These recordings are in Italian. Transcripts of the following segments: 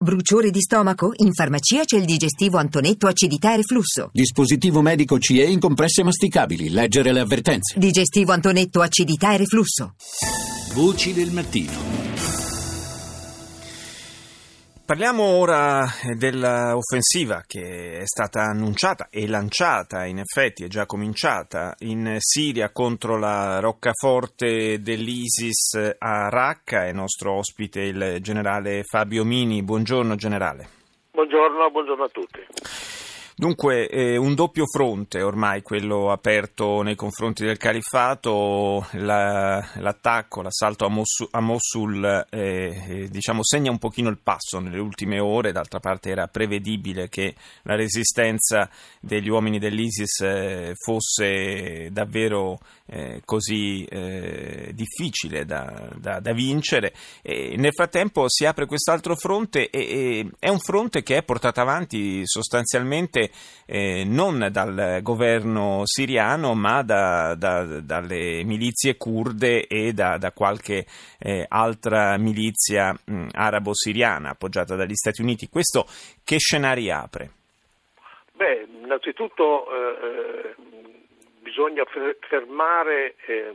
Bruciore di stomaco? In farmacia c'è il digestivo Antonetto acidità e reflusso. Dispositivo medico CE in compresse masticabili. Leggere le avvertenze. Digestivo Antonetto acidità e reflusso. Voci del mattino. Parliamo ora dell'offensiva che è stata annunciata e lanciata, in effetti è già cominciata, in Siria contro la roccaforte dell'ISIS a Raqqa. È nostro ospite il generale Fabio Mini. Buongiorno generale. Buongiorno a tutti. Dunque, un doppio fronte ormai quello aperto nei confronti del califfato, l'assalto a Mosul segna un pochino il passo nelle ultime ore. D'altra parte era prevedibile che la resistenza degli uomini dell'ISIS fosse davvero così difficile da vincere. Nel frattempo si apre quest'altro fronte e è un fronte che è portato avanti sostanzialmente non dal governo siriano ma dalle milizie curde e da qualche altra milizia arabo-siriana appoggiata dagli Stati Uniti. Questo che scenari apre? Innanzitutto bisogna fermare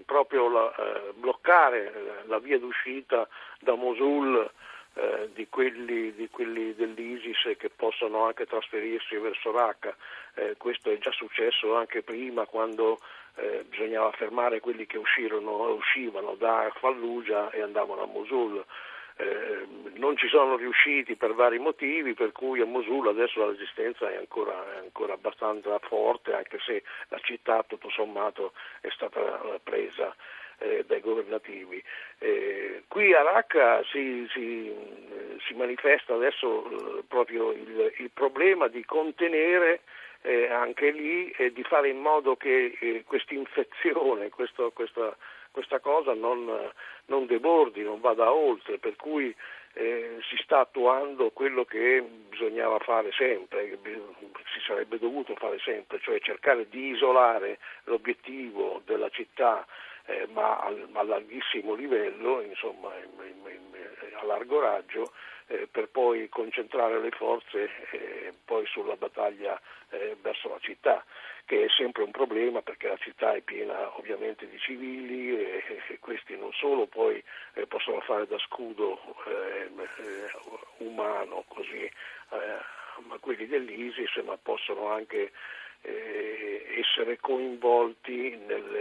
bloccare la via d'uscita da Mosul di quelli dell'ISIS che possono anche trasferirsi verso Raqqa. Questo è già successo anche prima, quando bisognava fermare quelli che uscivano da Fallujah e andavano a Mosul. Non ci sono riusciti per vari motivi, per cui a Mosul adesso la resistenza è ancora abbastanza forte, anche se la città tutto sommato è stata presa dai governativi. Qui a Raqqa si manifesta adesso proprio il problema di contenere anche lì e di fare in modo che questa infezione, questa cosa non debordi, non vada oltre, per cui si sta attuando quello che bisognava fare sempre, si sarebbe dovuto fare sempre, cioè cercare di isolare l'obiettivo della città ma a larghissimo livello, insomma a largo raggio, per poi concentrare le forze poi sulla battaglia verso la città, che è sempre un problema perché la città è piena ovviamente di civili e questi non solo poi possono fare da scudo umano così a quelli dell'ISIS, ma possono anche essere coinvolti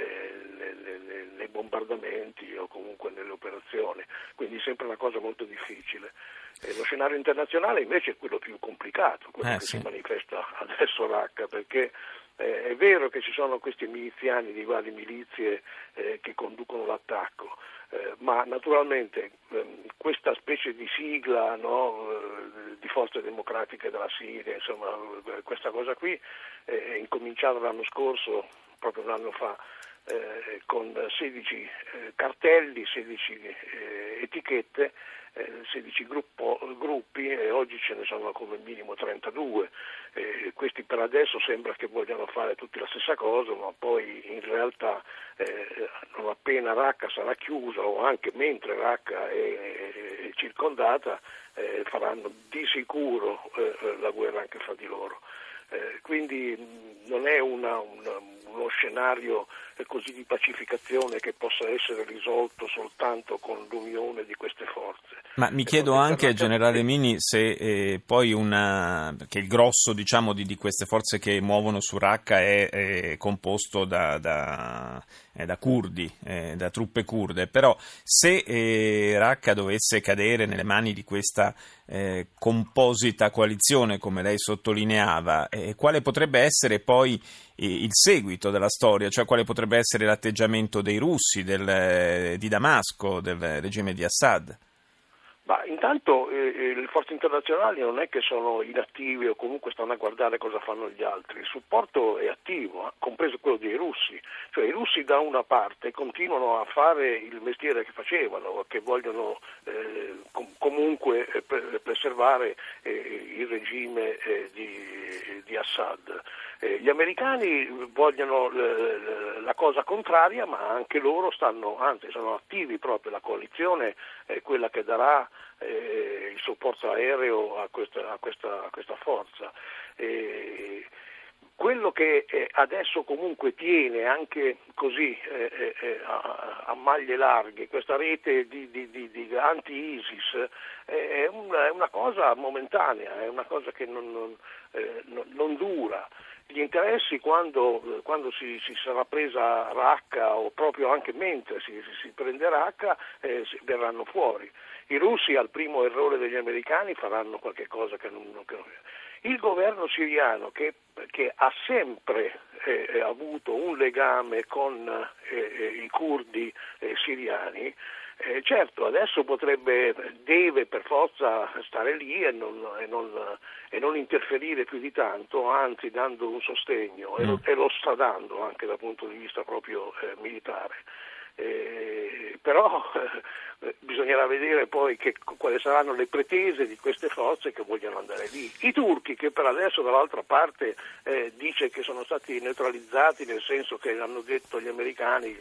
nei bombardamenti o comunque nelle operazioni, quindi sempre una cosa molto difficile. Lo scenario internazionale invece è quello più complicato, quello che si manifesta adesso a Raqqa, perché è vero che ci sono questi miliziani di varie milizie che conducono l'attacco, ma naturalmente questa specie di sigla di Forze Democratiche della Siria, insomma questa cosa qui è incominciata l'anno scorso, proprio un anno fa, con 16 cartelli, 16 etichette, 16 gruppi e oggi ce ne sono come minimo 32. Questi per adesso sembra che vogliano fare tutti la stessa cosa, ma poi in realtà non appena Raqqa sarà chiusa o anche mentre Raqqa è circondata faranno di sicuro la guerra anche fra di loro. Quindi non è uno scenario così di pacificazione che possa essere risolto soltanto con l'unione di queste forze. Ma mi chiedo anche, generale Mini, se poi perché il grosso di queste forze che muovono su Raqqa è composto da curdi, da truppe kurde, però se Raqqa dovesse cadere nelle mani di questa composita coalizione, come lei sottolineava, quale potrebbe essere poi il seguito della storia, cioè quale potrebbe essere l'atteggiamento dei russi, di Damasco, del regime di Assad? Ma intanto le forze internazionali non è che sono inattive o comunque stanno a guardare cosa fanno gli altri, il supporto è attivo, compreso quello dei russi, cioè i russi da una parte continuano a fare il mestiere che facevano, che vogliono comunque preservare il regime di Assad. Gli americani vogliono la cosa contraria, ma anche loro sono attivi proprio. La coalizione è quella che darà il supporto aereo a questa forza. Quello che adesso comunque tiene anche così a maglie larghe questa rete di anti-ISIS è una cosa momentanea, è una cosa che non dura. Gli interessi quando si sarà presa Raqqa o proprio anche mentre si prende Raqqa verranno fuori. I russi al primo errore degli americani faranno qualche cosa che non. Il governo siriano che ha sempre avuto un legame con i curdi siriani, certo adesso deve per forza stare lì e non interferire più di tanto, anzi dando un sostegno e lo sta dando anche dal punto di vista proprio militare. Però bisognerà vedere poi quali saranno le pretese di queste forze che vogliono andare lì. I turchi, che per adesso dall'altra parte dice che sono stati neutralizzati, nel senso che hanno detto gli americani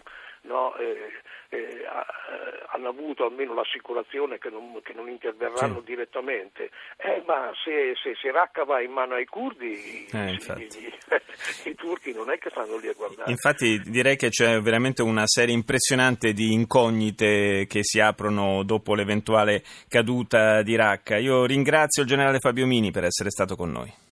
hanno avuto almeno l'assicurazione che non interverranno direttamente, ma se Raqqa va in mano ai curdi i turchi non è che stanno lì a guardare. Infatti direi che c'è veramente una serie impressionante di incognite che si aprono dopo l'eventuale caduta di Raqqa. Io ringrazio il generale Fabio Mini per essere stato con noi.